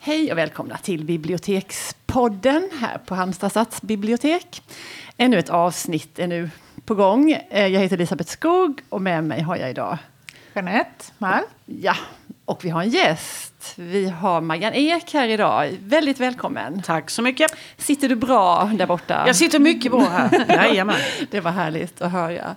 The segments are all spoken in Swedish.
Hej och välkomna till Bibliotekspodden här på Halmstad stadsbibliotek. Ännu ett avsnitt är nu på gång. Jag heter Elisabeth Skog och med mig har jag idag Jeanette Mall. Ja, och vi har en gäst. Vi har Marianne Ek här idag. Väldigt välkommen. Tack så mycket. Sitter du bra där borta? Jag sitter mycket bra här. Jajamän. Det var härligt att höra.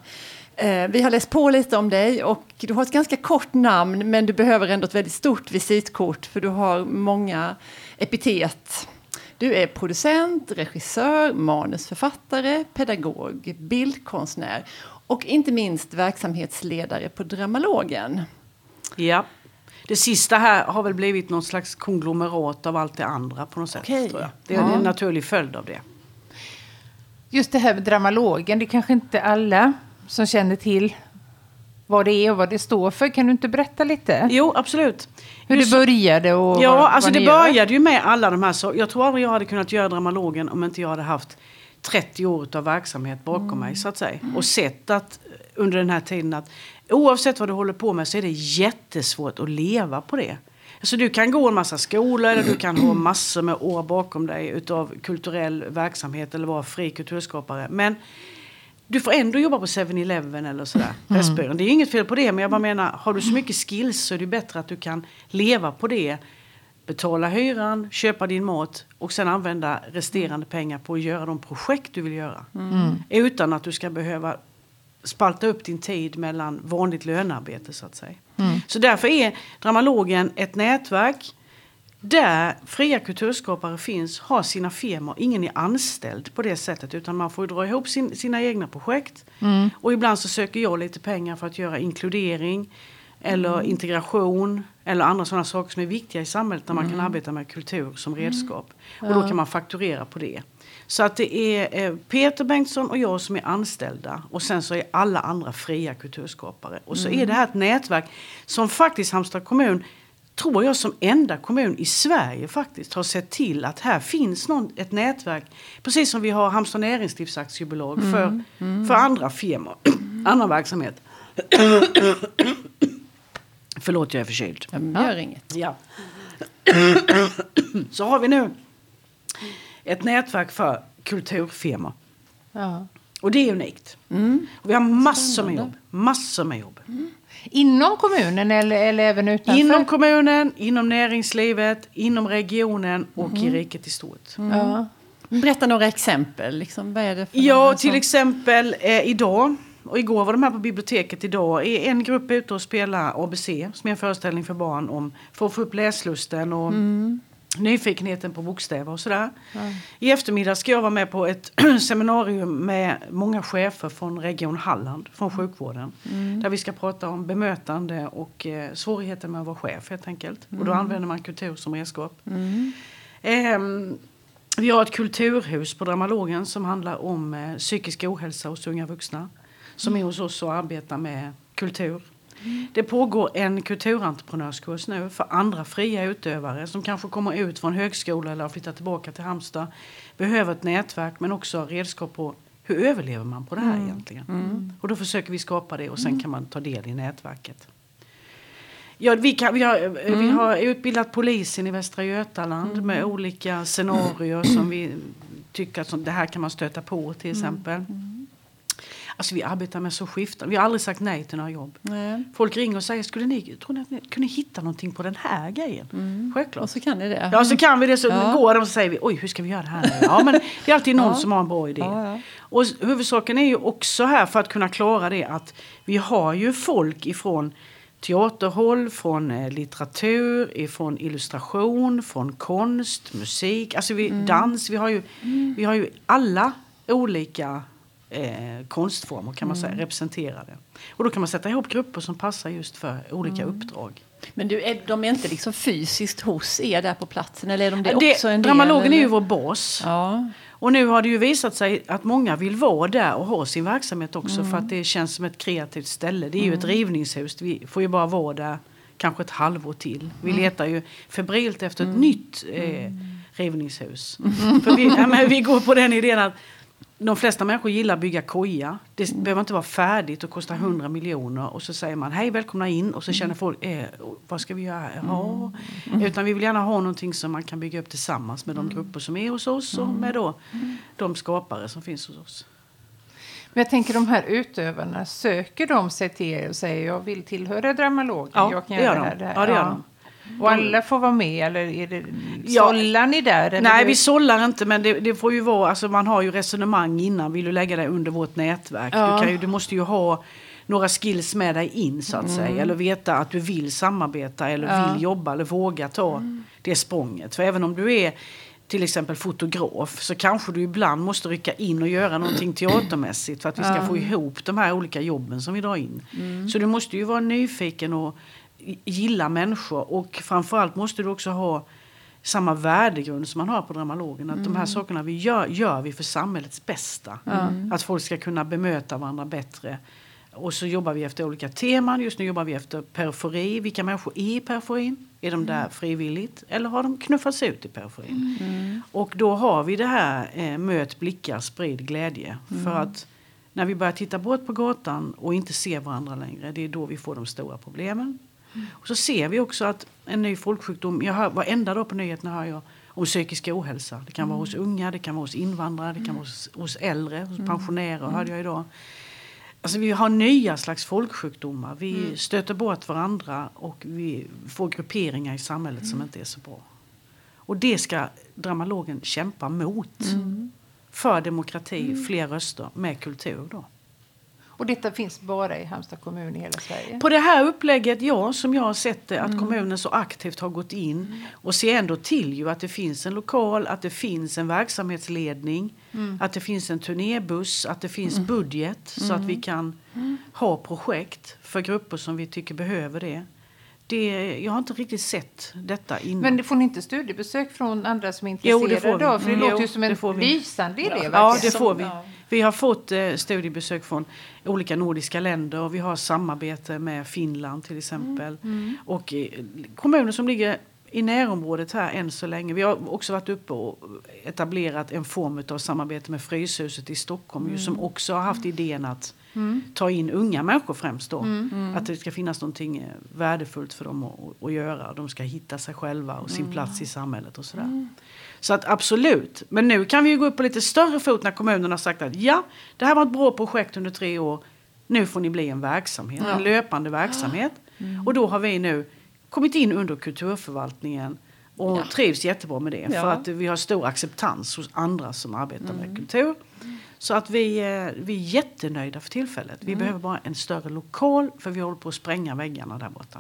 Vi har läst på lite om dig och du har ett ganska kort namn men du behöver ändå ett väldigt stort visitkort för du har många epitet. Du är producent, regissör, manusförfattare, pedagog, bildkonstnär och inte minst verksamhetsledare på Dramalogen. Ja, det sista här har väl blivit någon slags konglomerat av allt det andra på något sätt. Okej. Tror jag. Det är en naturlig följd av det. Just det här med Dramalogen, det är kanske inte alla som känner till vad det är och vad det står för. Kan du inte berätta lite? Jo, absolut. Hur det började och ja, vad alltså ni det gör? började ju med alla de här så. Jag tror aldrig jag hade kunnat göra Dramalogen om inte jag hade haft 30 år av verksamhet bakom mig så att säga. Och sett att under den här tiden att oavsett vad du håller på med så är det jättesvårt att leva på det. Så du kan gå en massa skolor eller du kan ha massor med år bakom dig utav kulturell verksamhet eller vara fri kulturskapare. Men du får ändå jobba på 7-Eleven eller sådär. Pressbyrån. Det är inget fel på det, men jag bara menar, har du så mycket skills så är det bättre att du kan leva på det. Betala hyran, köpa din mat och sen använda resterande pengar på att göra de projekt du vill göra. Utan att du ska behöva spalta upp din tid mellan vanligt lönearbete så att säga. Så därför är Dramalogen ett nätverk där fria kulturskapare finns, har sina firmor. Ingen är anställd på det sättet utan man får dra ihop sina egna projekt. Och ibland så söker jag lite pengar för att göra inkludering eller integration eller andra sådana saker som är viktiga i samhället där man kan arbeta med kultur som redskap. Och då kan man fakturera på det. Så att det är Peter Bengtsson och jag som är anställda och sen så är alla andra fria kulturskapare. Och så är det här ett nätverk som faktiskt Halmstad kommun, tror jag som enda kommun i Sverige faktiskt har sett till att här finns ett nätverk. Precis som vi har Halmstad näringslivsaktiebolag för andra firmor, annan verksamhet. Förlåt, jag är förkyld. Gör inget. Ja. Så har vi nu ett nätverk för kulturfirmor. Ja. Och det är unikt. Och vi har massor med jobb. Inom kommunen eller även utanför? Inom kommunen, inom näringslivet, inom regionen och i riket i stort. Ja. Berätta några exempel. Liksom, vad är det för Ja, till exempel idag, och igår var de här på biblioteket idag, är en grupp ute och spelar ABC, som är en föreställning för barn om för att få upp läslusten och nyfikenheten på bokstäver och sådär. I eftermiddag ska jag vara med på ett seminarium med många chefer från Region Halland, från sjukvården. Där vi ska prata om bemötande och svårigheten med att vara chef helt enkelt. Och då använder man kultur som redskap. Vi har ett kulturhus på Dramalogen som handlar om psykisk ohälsa hos unga vuxna. Som är hos oss och arbetar med kultur. Det pågår en kulturentreprenörskurs nu för andra fria utövare som kanske kommer ut från högskola eller har flyttat tillbaka till Halmstad. Behöver ett nätverk men också redskap på hur överlever man på det här egentligen. Och då försöker vi skapa det och sen kan man ta del i nätverket. Ja, vi har utbildat polisen i Västra Götaland med olika scenarier som vi tycker att det här kan man stöta på till exempel. Alltså vi arbetar med så skiftande. Vi har aldrig sagt nej till några jobb. Nej. Folk ringer och säger, tror ni att ni kunde hitta någonting på den här grejen? Självklart. Och så kan ni det. Ja, så kan vi det. Så går de och säger vi, oj, hur ska vi göra det här nu? Ja, men det är alltid någon som har en bra idé. Och huvudsaken är ju också här för att kunna klara det att vi har ju folk ifrån teaterhåll, från litteratur, ifrån illustration, från konst, musik, alltså dans. Vi har ju alla olika konstformer kan man säga, representerade. Och då kan man sätta ihop grupper som passar just för olika uppdrag. Men de är inte liksom fysiskt hos er där på platsen? Eller är de det också en del? Dramalogen är ju vår bas. Ja. Och nu har det ju visat sig att många vill vara där och ha sin verksamhet också för att det känns som ett kreativt ställe. Det är ju ett rivningshus. Vi får ju bara vara där kanske ett halvår till. Vi letar ju febrilt efter ett nytt rivningshus. För vi går på den idén att de flesta människor gillar att bygga koja. Det behöver inte vara färdigt och kosta 100 miljoner. Och så säger man, hej, välkomna in. Och så känner folk, vad ska vi göra? Ja. Utan vi vill gärna ha någonting som man kan bygga upp tillsammans med de grupper som är hos oss. Och med då de skapare som finns hos oss. Men jag tänker de här utövarna, söker de sig till er och säger jag vill tillhöra Dramalogen? Ja, jag kan det gör göra de. här. Ja, det gör de. Och alla får vara med, eller är det, sållar ni där? Eller Nej, vi sållar inte, men det får ju vara, alltså man har ju resonemang innan, vill du lägga dig under vårt nätverk? Ja. Du måste ju ha några skills med dig in så att säga, eller veta att du vill samarbeta eller vill jobba eller våga ta det språnget. För även om du är till exempel fotograf så kanske du ibland måste rycka in och göra någonting teatermässigt för att vi ska få ihop de här olika jobben som vi drar in. Så du måste ju vara nyfiken och gilla människor, och framförallt måste du också ha samma värdegrund som man har på Dramalogen, att de här sakerna vi gör vi för samhällets bästa. Att folk ska kunna bemöta varandra bättre. Och så jobbar vi efter olika teman. Just nu jobbar vi efter periferi. Vilka människor är i periferin? Är de där frivilligt? Eller har de knuffats ut i periferin? Och då har vi det här möt blickar, sprid glädje. För att när vi börjar titta bort på gatan och inte ser varandra längre, det är då vi får de stora problemen. Och så ser vi också att en ny folksjukdom, jag hör, varenda dag på nyheterna hör jag om psykisk ohälsa. Det kan vara hos unga, det kan vara hos invandrare, det kan vara hos äldre, hos pensionärer, hörde jag idag. Alltså vi har nya slags folksjukdomar. Vi stöter bort varandra och vi får grupperingar i samhället som inte är så bra. Och det ska Dramalogen kämpa mot. För demokrati, fler röster med kultur då. Och detta finns bara i Halmstad kommun i hela Sverige? På det här upplägget, ja, som jag har sett det, att kommunen så aktivt har gått in och ser ändå till ju att det finns en lokal, att det finns en verksamhetsledning, att det finns en turnébuss, att det finns budget så att vi kan ha projekt för grupper som vi tycker behöver det. Jag har inte riktigt sett detta innan. Men det får ni inte studiebesök från andra som är intresserade? Jo, det får vi. För det låter ju som en lysande idé. Ja, det får vi. Vi har fått studiebesök från olika nordiska länder och vi har samarbete med Finland till exempel. Och kommuner som ligger i närområdet här än så länge. Vi har också varit uppe och etablerat en form av samarbete med Fryshuset i Stockholm som också har haft idén att ta in unga människor främst då. Att det ska finnas någonting värdefullt för dem att göra. De ska hitta sig själva och sin plats i samhället och sådär. Så att absolut. Men nu kan vi ju gå upp på lite större fot när kommunen har sagt att ja, det här var ett bra projekt under 3 år. Nu får ni bli en verksamhet, en löpande verksamhet. Och då har vi nu kommit in under kulturförvaltningen och trivs jättebra med det. För att vi har stor acceptans hos andra som arbetar med kultur. Så att vi är jättenöjda för tillfället. Vi behöver bara en större lokal för vi håller på att spränga väggarna där borta.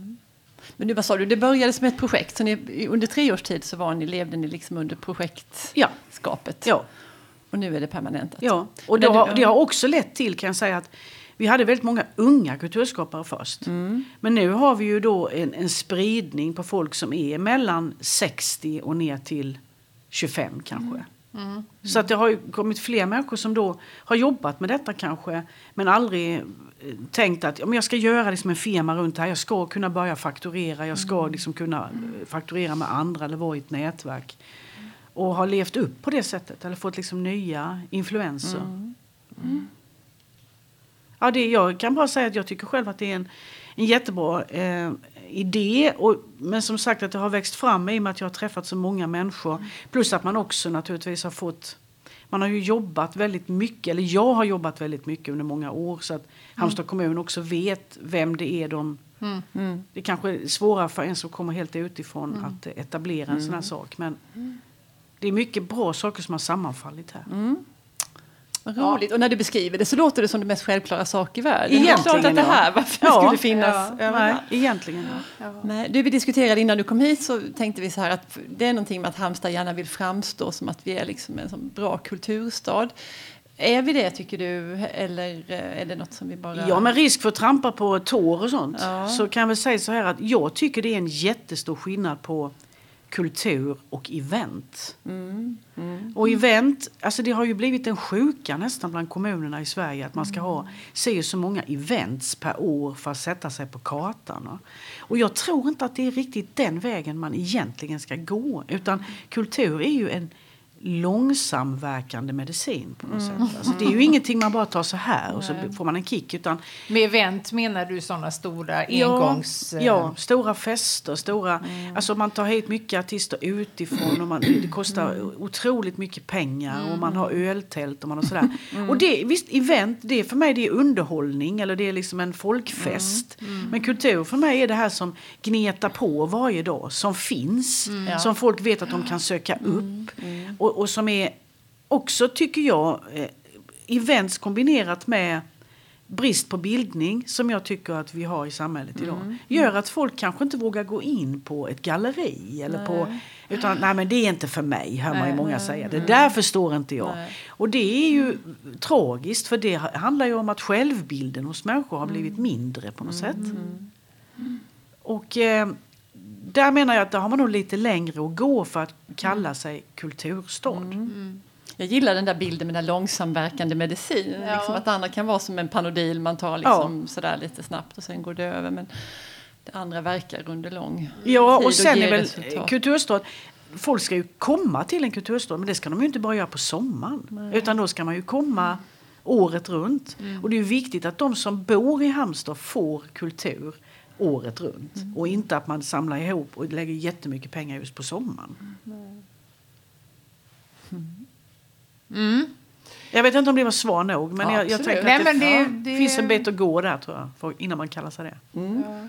Men vad sa du, det började som ett projekt. Så under 3 års tid så levde ni liksom under projektskapet. Ja. Och nu är det permanentat. Ja, och det har också lett till, kan jag säga, att vi hade väldigt många unga kulturskapare först. Men nu har vi ju då en spridning på folk som är mellan 60 och ner till 25 kanske. Så att det har ju kommit fler människor som då har jobbat med detta kanske, men aldrig tänkt att jag ska göra liksom en firma runt här. Jag ska kunna börja fakturera. Jag ska liksom kunna fakturera med andra eller vara i ett nätverk. Och har levt upp på det sättet. Eller fått liksom nya influenser. Ja, jag kan bara säga att jag tycker själv att det är en jättebra idé. Men som sagt att det har växt fram i och med att jag har träffat så många människor. Plus att man också naturligtvis har fått... Man har ju jobbat väldigt mycket, eller jag har jobbat väldigt mycket under många år. Så att Halmstad kommun också vet vem det är de... Det kanske är svårare för en som kommer helt utifrån att etablera en sån här sak. Men det är mycket bra saker som har sammanfallit här. Vad roligt. Och när du beskriver det så låter det som det mest självklara sak i världen. Egentligen, det är klart att det här varför skulle finnas. Nej, egentligen. Nej, vi diskuterade innan du kom hit så tänkte vi så här att det är någonting med att Halmstad gärna vill framstå som att vi är liksom en sån bra kulturstad. Är vi det, tycker du? Eller är det något som vi bara... Ja, med risk för att trampa på tår och sånt. Så kan jag väl säga så här att jag tycker det är en jättestor skillnad på kultur och event. Och event, alltså det har ju blivit en sjuka nästan bland kommunerna i Sverige att man ska se så många events per år för att sätta sig på kartan. Och jag tror inte att det är riktigt den vägen man egentligen ska gå. Utan kultur är ju långsamverkande medicin på något sätt. Alltså, det är ju ingenting man bara tar så här och så får man en kick. Utan, med event menar du sådana stora engångs... Ja, stora fester. Alltså man tar hit mycket artister utifrån och det kostar otroligt mycket pengar och man har öltält och man har sådär. Och det, visst, event, det för mig det är underhållning eller det är liksom en folkfest. Men kultur för mig är det här som gnetar på varje dag, som finns, som folk vet att de kan söka upp. Och som är också, tycker jag, events kombinerat med brist på bildning som jag tycker att vi har i samhället idag. Gör att folk kanske inte vågar gå in på ett galleri eller på, utan nej men det är inte för mig, hör man ju många säga. Det där förstår inte jag. Och det är ju tragiskt, för det handlar ju om att självbilden hos människor har blivit mindre på något sätt. Och där menar jag att där har man nog lite längre att gå för att kalla sig kulturstad. Jag gillar den där bilden med den långsamverkande medicin. Ja. Liksom att det andra kan vara som en Panodil man tar liksom sådär lite snabbt och sen går det över. Men det andra verkar under lång tid och sen är väl resultat. kulturstad. Folk ska ju komma till en kulturstad, men det ska de ju inte bara göra på sommaren. Nej. Utan då ska man ju komma året runt. Och det är ju viktigt att de som bor i Halmstad får kultur året runt. Och inte att man samlar ihop och lägger jättemycket pengar just på sommaren. Jag vet inte om det var svar nog, men jag tänker att det finns en bit att gå där, tror jag, innan man kallar sig det.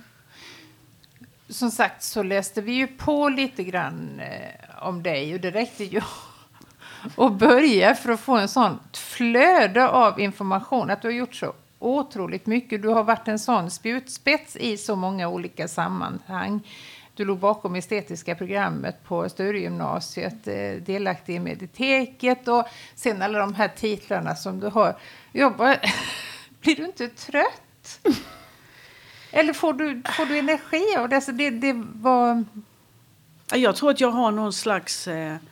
Som sagt så läste vi ju på lite grann om dig, och det räckte ju att börja för att få en sån flöde av information, att du har gjort så otroligt mycket. Du har varit en sån spjutspets i så många olika sammanhang. Du låg bakom estetiska programmet på Studiegymnasiet, delaktig i Mediteket och sen alla de här titlarna som du har. Blir du inte trött? Eller får du energi av det? Det var... Jag tror att jag har någon slags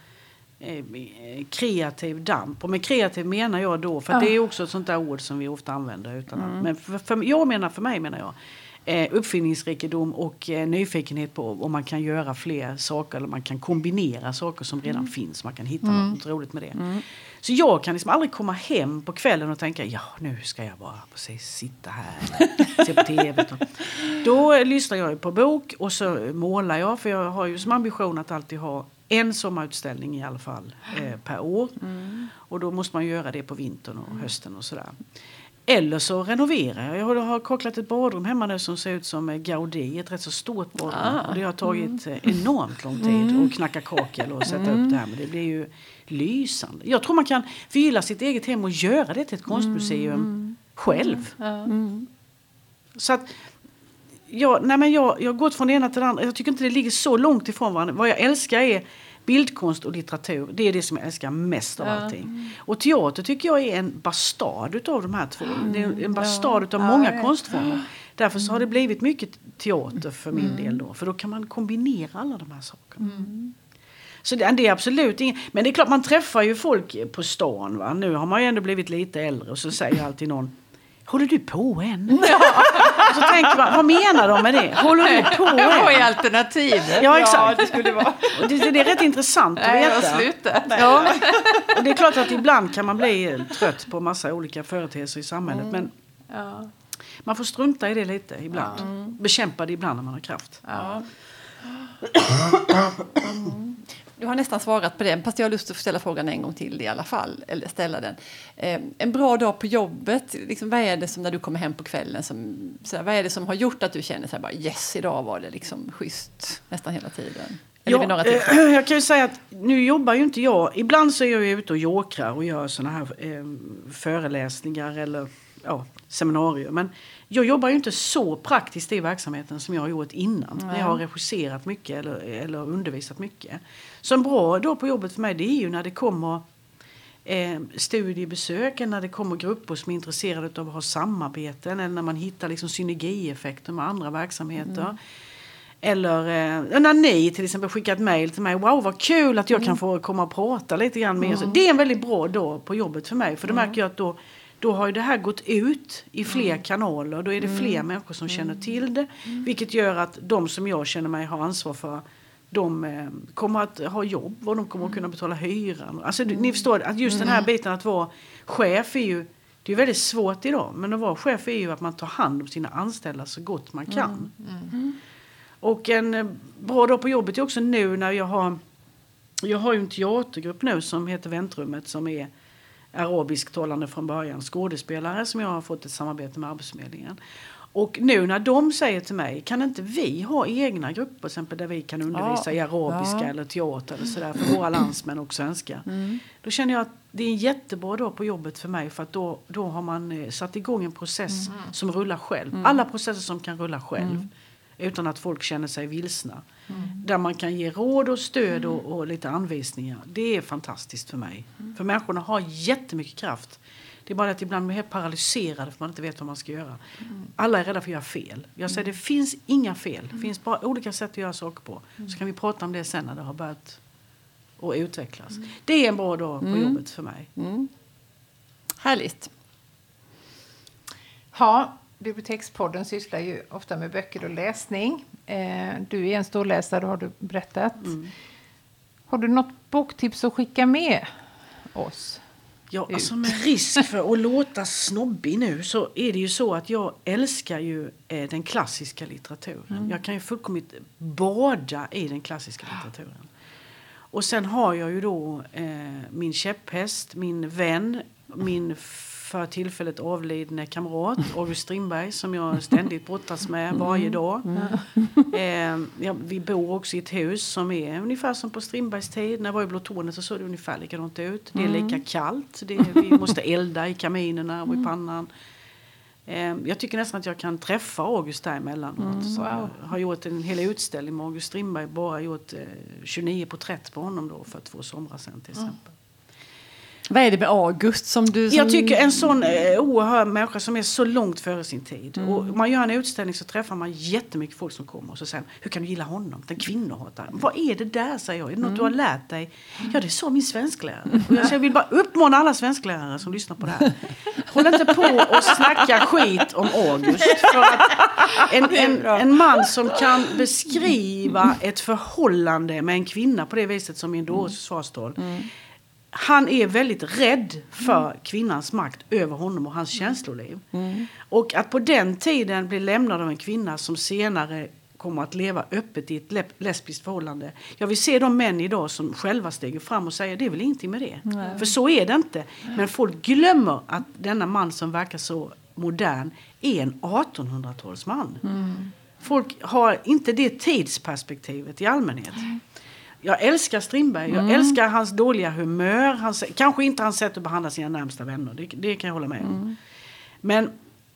kreativ damp. Och med kreativ menar jag då, för det är också ett sånt där ord som vi ofta använder. Men för mig menar jag uppfinningsrikedom och nyfikenhet på om man kan göra fler saker eller man kan kombinera saker som redan finns. Man kan hitta något roligt med det. Så jag kan liksom aldrig komma hem på kvällen och tänka, nu ska jag bara precis sitta här, se på tv. Då lyssnar jag på bok och så målar jag, för jag har ju som ambition att alltid ha en sommarutställning i alla fall per år. Och då måste man göra det på vintern och hösten och sådär. Eller så renoverar jag. Jag har kocklat ett badrum hemma nu som ser ut som Gaudí, ett rätt så stort badrum. Och det har tagit enormt lång tid att knacka kakel och sätta upp det här. Men det blir ju lysande. Jag tror man kan förgylla sitt eget hem och göra det till ett konstmuseum själv. Så att jag har gått från det ena till det andra. Jag tycker inte det ligger så långt ifrån varandra. Vad jag älskar är bildkonst och litteratur. Det är det som jag älskar mest av allting. Och teater tycker jag är en bastard utav de här två. Det är en bastard utav många konstformer. Därför så har det blivit mycket teater för min del då. För då kan man kombinera alla de här sakerna. Så det är absolut inget. Men det är klart, man träffar ju folk på stan. Va? Nu har man ju ändå blivit lite äldre och så säger alltid någon, håller du på än? Och så tänker man, vad menar de med det? Håller du på än? Vad är alternativet? Ja, exakt. Det skulle vara. Och det är rätt intressant att veta. Sluta. Ja. Och det är klart att ibland kan man bli trött på massa olika företeelser i samhället. Men man får strunta i det lite ibland. Bekämpa det ibland när man har kraft. Du har nästan svarat på det, fast jag har lust att ställa frågan en gång till i alla fall. Eller ställa den. En bra dag på jobbet, liksom, vad är det som när du kommer hem på kvällen, vad är det som har gjort att du känner så här, bara, yes, idag var det liksom schysst nästan hela tiden? Eller jag kan ju säga att nu jobbar ju inte jag. Ibland så är jag ute och jokrar och gör såna här föreläsningar eller seminarier. Men jag jobbar ju inte så praktiskt i verksamheten som jag har gjort innan. När jag har regisserat mycket eller undervisat mycket. Så en bra dag på jobbet för mig, det är ju när det kommer studiebesök, när det kommer grupper som är intresserade av att ha samarbeten, eller när man hittar liksom synergieffekter med andra verksamheter. Eller när ni till exempel skickar ett mejl till mig. Wow, vad kul att jag kan få komma och prata lite grann med er. Det är en väldigt bra dag på jobbet för mig. För då märker jag att då har ju det här gått ut i fler kanaler. Då är det fler människor som känner till det. Vilket gör att de som jag känner mig ha ansvar för, de kommer att ha jobb och de kommer att kunna betala hyran. Alltså ni förstår att just den här biten att vara chef är ju, det är väldigt svårt idag, men att vara chef är ju att man tar hand om sina anställda så gott man kan. Och en bra dag på jobbet är också nu när jag har ju en teatergrupp nu som heter Väntrummet, som är arabisktalande från början, skådespelare som jag har fått ett samarbete med Arbetsförmedlingen. Och nu när de säger till mig, kan inte vi ha egna grupper till exempel där vi kan undervisa i arabiska eller teater eller sådär för våra landsmän och svenskar. Då känner jag att det är en jättebra dag på jobbet för mig, för att då har man satt igång en process som rullar själv. Alla processer som kan rulla själv utan att folk känner sig vilsna. Där man kan ge råd och stöd och lite anvisningar. Det är fantastiskt för mig. För människorna har jättemycket kraft. Det är bara att ibland är helt paralyserade för man inte vet vad man ska göra. Alla är rädda för att göra fel. Jag säger det finns inga fel. Det finns bara olika sätt att göra saker på. Så kan vi prata om det sen när det har börjat att utvecklas. Det är en bra dag på jobbet för mig. Härligt. Ja, Bibliotekspodden sysslar ju ofta med böcker och läsning. Du är en storläsare, har du berättat. Har du något boktips att skicka med oss? Ja, alltså med risk för att låta snobbig nu så är det ju så att jag älskar ju den klassiska litteraturen. Jag kan ju fullkomligt bada i den klassiska litteraturen. Och sen har jag ju då min käpphäst, min vän, min för tillfället avlidne kamrat August Strindberg som jag ständigt brottas med varje dag. Vi bor också i ett hus som är ungefär som på Strindbergs tid. När jag var i Blå tornet så såg det ungefär likadant ut. Det är lika kallt. Vi måste elda i kaminerna och i pannan. Jag tycker nästan att jag kan träffa August däremellan. Jag har gjort en hel utställning med August Strindberg. Bara gjort 29 porträtt på honom då för 2 somrar sedan till exempel. Vad är det med August som du... Jag tycker en sån oerhörd människa som är så långt före sin tid. Och man gör en utställning så träffar man jättemycket folk som kommer. Och så säger hur kan du gilla honom? Den kvinnohataren. Vad är det där, säger jag. Är det något du har lärt dig? Ja, det är så min svensklärare. Och jag vill bara uppmana alla svensklärare som lyssnar på det här. Håll inte på och snacka skit om August. För att en man som kan beskriva ett förhållande med en kvinna på det viset som i en dåres försvarstal. Han är väldigt rädd för kvinnans makt över honom och hans känsloliv. Och att på den tiden bli lämnad av en kvinna som senare kommer att leva öppet i ett lesbiskt förhållande. Jag vill se de män idag som själva stiger fram och säger det är väl ingenting med det. Nej. För så är det inte. Men folk glömmer att denna man som verkar så modern är en 1800-talsman. Folk har inte det tidsperspektivet i allmänhet. Jag älskar Strindberg. Jag älskar hans dåliga humör. Kanske inte hans sätt att behandla sina närmsta vänner. Det kan jag hålla med om. Men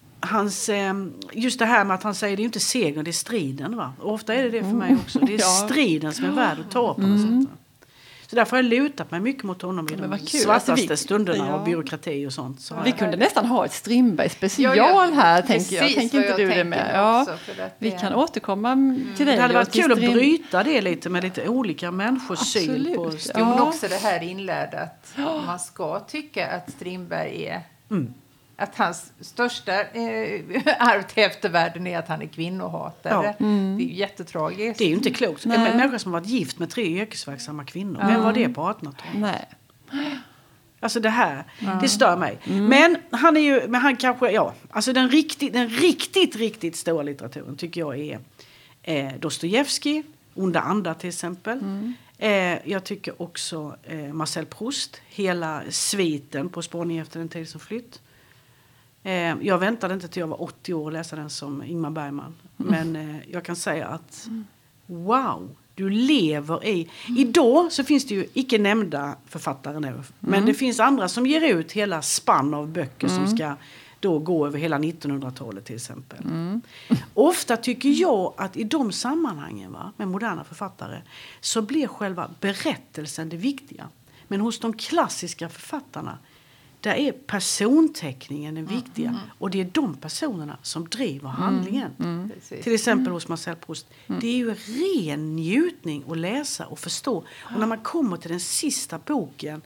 just det här med att han säger det är inte segern, det är striden. Va? Och ofta är det för mig också. Det är striden som är värd att ta på något sätt. Så därför har jag lutat mig mycket mot honom i de svartaste stunderna av byråkrati och sånt. Så vi kunde nästan ha ett Strindberg special här, tänker jag. Tänker inte du det med? Ja, vi kan återkomma till dig. Det hade varit kul att bryta det lite med lite olika människors syn på Strindberg. Men också det här inlärda att man ska tycka att Strindberg är... Att hans största arv till eftervärlden är att han är kvinnohatare. Det är ju jättetragiskt. Det är ju inte klokt. En människa som har varit gift med 3 yrkesverksamma kvinnor. Vem var det på 1800-talet? Nej. Alltså det här, det stör mig. Men han kanske, alltså den riktigt stora litteraturen tycker jag är Dostojevskij, Onda andar till exempel. Jag tycker också Marcel Proust, hela sviten på Spaning efter den tid som flytt. Jag väntade inte till jag var 80 år och läsa den som Ingmar Bergman. Men jag kan säga att wow, du lever i... Idag så finns det ju icke nämnda författare nu. Men det finns andra som ger ut hela spann av böcker som ska då gå över hela 1900-talet till exempel. Ofta tycker jag att i de sammanhangen med moderna författare så blir själva berättelsen det viktiga. Men hos de klassiska författarna där är personteckningen den viktiga. Och det är de personerna som driver handlingen. Till exempel hos Marcel Proust. Det är ju ren njutning att läsa och förstå. Och när man kommer till den sista boken.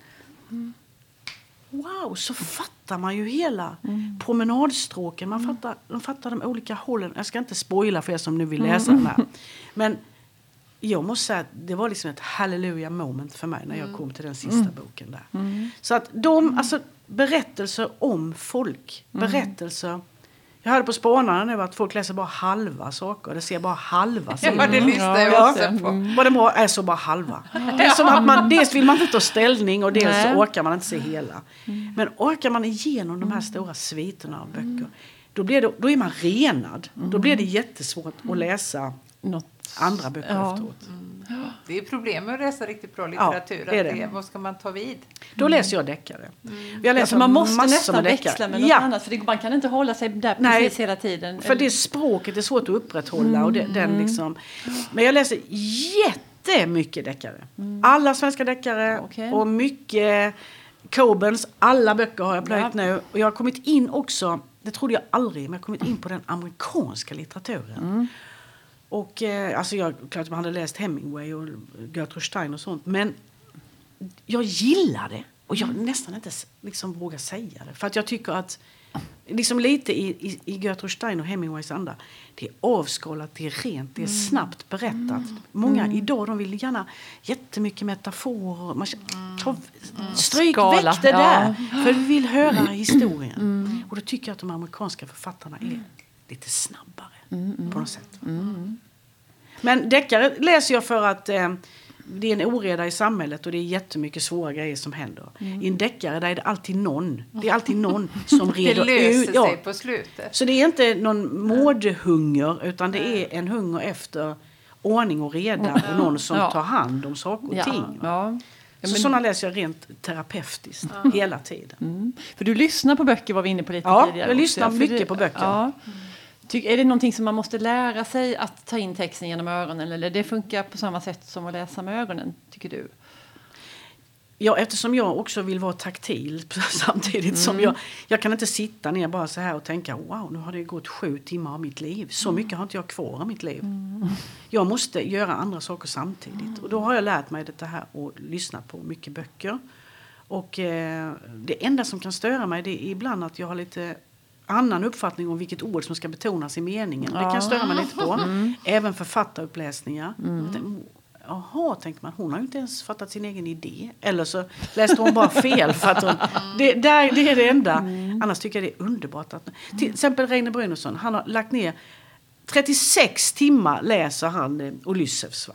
Wow, så fattar man ju hela promenadstråken. Man fattar de olika hållen. Jag ska inte spoila för er som nu vill läsa den här. Men jag måste säga att det var liksom ett hallelujah moment för mig när jag kom till den sista boken där. Så att alltså berättelser om folk, berättelser. Jag hörde på Spånarna nu att folk läser bara halva saker. Det ser bara halva. Ja, det lyssnar jag också på. Vad det bra är så bara halva. Det är som att man, dels vill man inte ta ställning och dels så orkar man inte se hela. Men orkar man igenom de här stora sviterna av böcker, då är man renad. Då blir det jättesvårt att läsa andra böcker efteråt. Det är problem med att läsa riktigt bra litteratur. Ja, det. Vad ska man ta vid? Då läser jag deckare. Jag läser man måste massor nästan med deckare. växla med något annat. För man kan inte hålla sig där precis hela tiden. För det språket är svårt att upprätthålla. Och den liksom. Men jag läser jättemycket deckare. Alla svenska deckare. Och mycket Cobens. Alla böcker har jag plöjt nu. Och jag har kommit in också, det trodde jag aldrig, men jag har kommit in på den amerikanska litteraturen. Och alltså klart man hade läst Hemingway och Gertrude Stein och sånt. Men jag gillar det. Och jag nästan inte liksom vågar säga det. För att jag tycker att liksom lite i Gertrude Stein och Hemingways anda, det är avskalat, det är rent, det är snabbt berättat. Många idag, de vill gärna jättemycket metaforer. Man stryk väck det där. För vi vill höra historien. Och då tycker jag att de amerikanska författarna är lite snabbare på något sätt. Men deckare läser jag för att det är en oreda i samhället och det är jättemycket svåra grejer som händer. I en deckare där är det alltid någon. Det är alltid någon som reder ut. Det löser sig på slutet. Så det är inte någon mordhunger utan det är en hunger efter ordning och reda och någon som tar hand om saker och ting. Så sådana läser jag rent terapeutiskt hela tiden. För du lyssnar på böcker, var vi inne på lite tidigare. Ja, jag lyssnar mycket på böcker. Ja. Är det någonting som man måste lära sig att ta in texten genom öronen? Eller det funkar på samma sätt som att läsa med ögonen, tycker du? Ja, eftersom jag också vill vara taktil samtidigt som jag kan inte sitta ner bara så här och tänka wow, nu har det gått 7 timmar av mitt liv. Så mycket har inte jag kvar av mitt liv. Jag måste göra andra saker samtidigt. Och då har jag lärt mig det här och lyssnat på mycket böcker. Och det enda som kan störa mig det är ibland att jag har lite annan uppfattning om vilket ord som ska betonas i meningen. Det kan störa mig lite på. Även författaruppläsningar. Jaha, tänker man, hon har ju inte ens fattat sin egen idé. Eller så läste hon bara fel. För att det är det enda. Annars tycker jag det är underbart. Till exempel Reine Brynolfsson, han har lagt ner 36 timmar läser han Ulysses.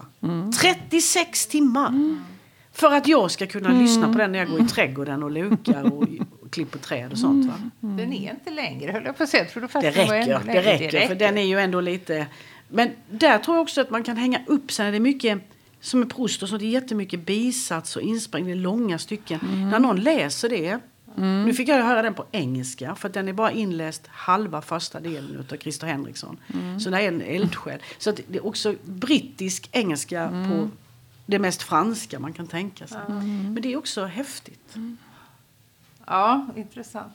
36 timmar! För att jag ska kunna lyssna på den när jag går i trädgården och lukar och klipper träd och sånt. Va? Den är inte längre, höll jag på att säga. Tror du fast det räcker, för den är ju ändå lite. Men där tror jag också att man kan hänga upp sig. Det är mycket som är Proust och så. Det är jättemycket bisats och insprängning i långa stycken. När någon läser det. Nu fick jag höra den på engelska. För att den är bara inläst halva första delen av Christer Henriksson. Så det är en eldsjäl. Så att det är också brittisk engelska på det mest franska man kan tänka sig. Men det är också häftigt. Ja, intressant.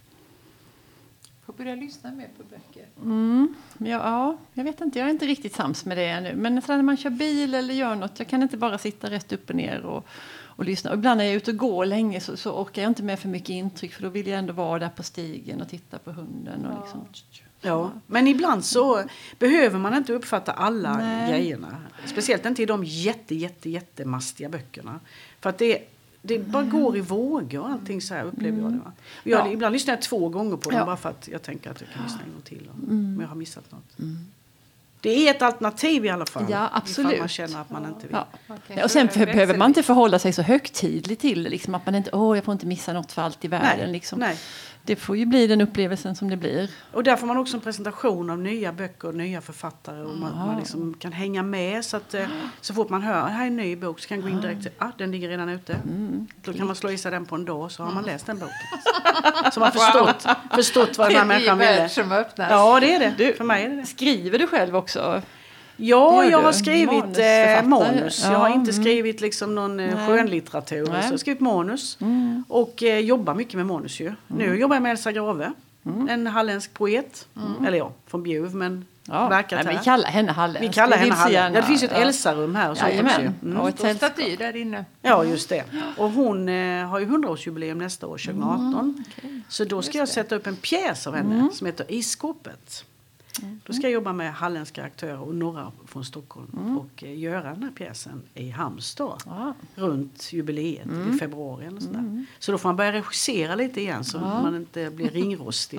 Får börja lyssna mer på böcker. Ja, jag vet inte. Jag är inte riktigt sams med det ännu. Men när man kör bil eller gör något. Jag kan inte bara sitta rätt upp och ner och lyssna. Och ibland när jag är ute och går länge så orkar jag inte med för mycket intryck. För då vill jag ändå vara där på stigen och titta på hunden. Och liksom. Ja, men ibland så behöver man inte uppfatta alla grejerna. Speciellt inte i de jättemastiga böckerna. För att det bara går i vågor och allting så här upplever jag det. Va? Ibland lyssnar jag 2 gånger på dem bara för att jag tänker att jag kan lyssna en gång till om jag har missat något. Det är ett alternativ i alla fall. Ja, absolut. Ifall man känner att man inte vill. Ja. Och sen behöver man inte förhålla sig så högtidligt till det. Liksom, att man inte, jag får inte missa något för allt i världen. Nej, liksom. nej. Det får ju bli den upplevelsen som det blir. Och där får man också en presentation av nya böcker och nya författare. Och man liksom kan hänga med. Så att så fort man hör, här är en ny bok, så kan man gå in direkt till, den ligger redan ute. Då kan man slå i sig den på en dag, så har man läst den boken. Så man har förstått vad den här människan ville. Ja, det är det. För mig är det. Skriver du själv också? Ja, jag har skrivit manus. Jag har inte skrivit liksom någon skönlitteratur. Så jag har skrivit manus. Och jobbar mycket med manus ju. Nu jobbar jag med Elsa Grave. En halländsk poet. Eller från Bjuv, men verkat här. Vi kallar henne halländsk. Vi kallar henne halländsk. Det finns ju ett Elsa-rum här. Och så och ett staty där inne. Ja, just det. Och hon har ju 100-årsjubileum nästa år, 2018. Så då ska jag sätta upp en pjäs av henne som heter Isskåpet. Då ska jag jobba med halländska aktörer och några från Stockholm och göra den här pjäsen i Halmstad runt jubileet i februari eller sådär. Så då får man börja regissera lite igen så man inte blir ringrostig.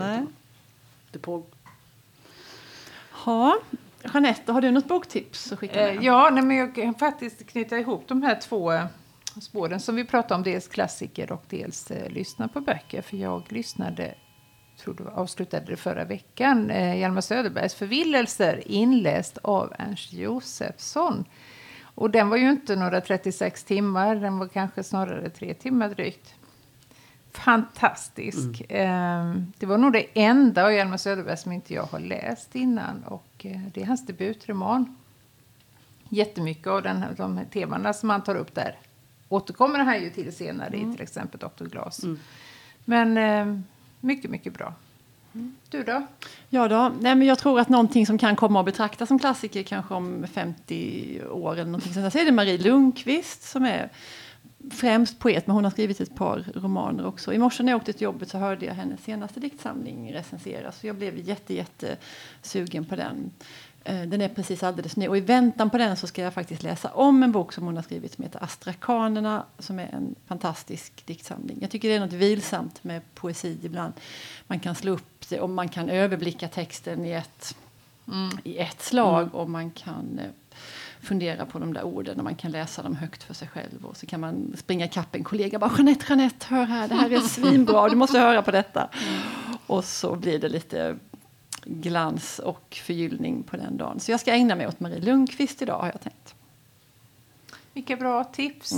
Ja, Jeanette, har du något boktips att skicka med? Men jag kan faktiskt knyta ihop de här 2 spåren som vi pratade om. Dels klassiker och dels lyssna på böcker. För jag lyssnade, tror du avslutade det förra veckan, Hjalmar Söderbergs Förvillelser inläst av Ernst Josefsson. Och den var ju inte några 36 timmar, den var kanske snarare 3 timmar drygt. Fantastisk. Det var nog det enda av Hjalmar Söderberg som inte jag har läst innan. Och det är hans debutroman. Jättemycket av de temana som han tar upp där återkommer han ju till senare i till exempel Dr. Glas. Men mycket, mycket bra. Du då? Ja då, men jag tror att någonting som kan komma att betraktas som klassiker kanske om 50 år eller någonting sånt. Så är det Marie Lundqvist som är främst poet, men hon har skrivit ett par romaner också. I morse när jag åkte till jobbet så hörde jag hennes senaste diktsamling recenseras. Så jag blev jättesugen på den. Den är precis alldeles ny. Och i väntan på den så ska jag faktiskt läsa om en bok som hon har skrivit som heter Astrakanerna, som är en fantastisk diktsamling. Jag tycker det är något vilsamt med poesi ibland. Man kan slå upp det och man kan överblicka texten i ett slag och man kan fundera på de där orden och man kan läsa dem högt för sig själv och så kan man springa ikapp en kollega och bara Jeanette, hör här, det här är svinbra, du måste höra på detta. Och så blir det lite glans och förgyllning på den dagen. Så jag ska ägna mig åt Marie Lundqvist idag har jag tänkt. Vilka bra tips.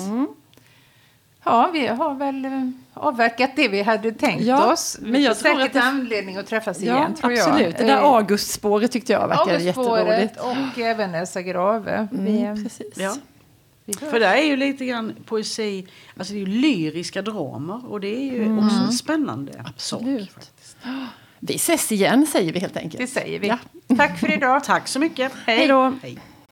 Ja, vi har väl avverkat det vi hade tänkt oss. Men jag tror säkert anledning att träffas igen, tror jag. Absolut. Det där Augustspåret tyckte jag verkade jätteroligt. Och även Elsa Grave. Precis. Ja. För det är ju lite grann poesi, alltså det är ju lyriska dramer och det är ju också en spännande absolut. sak faktiskt. Vi ses igen säger vi helt enkelt. Det säger vi. Ja. Tack för idag. Tack så mycket. Hej då. Hej.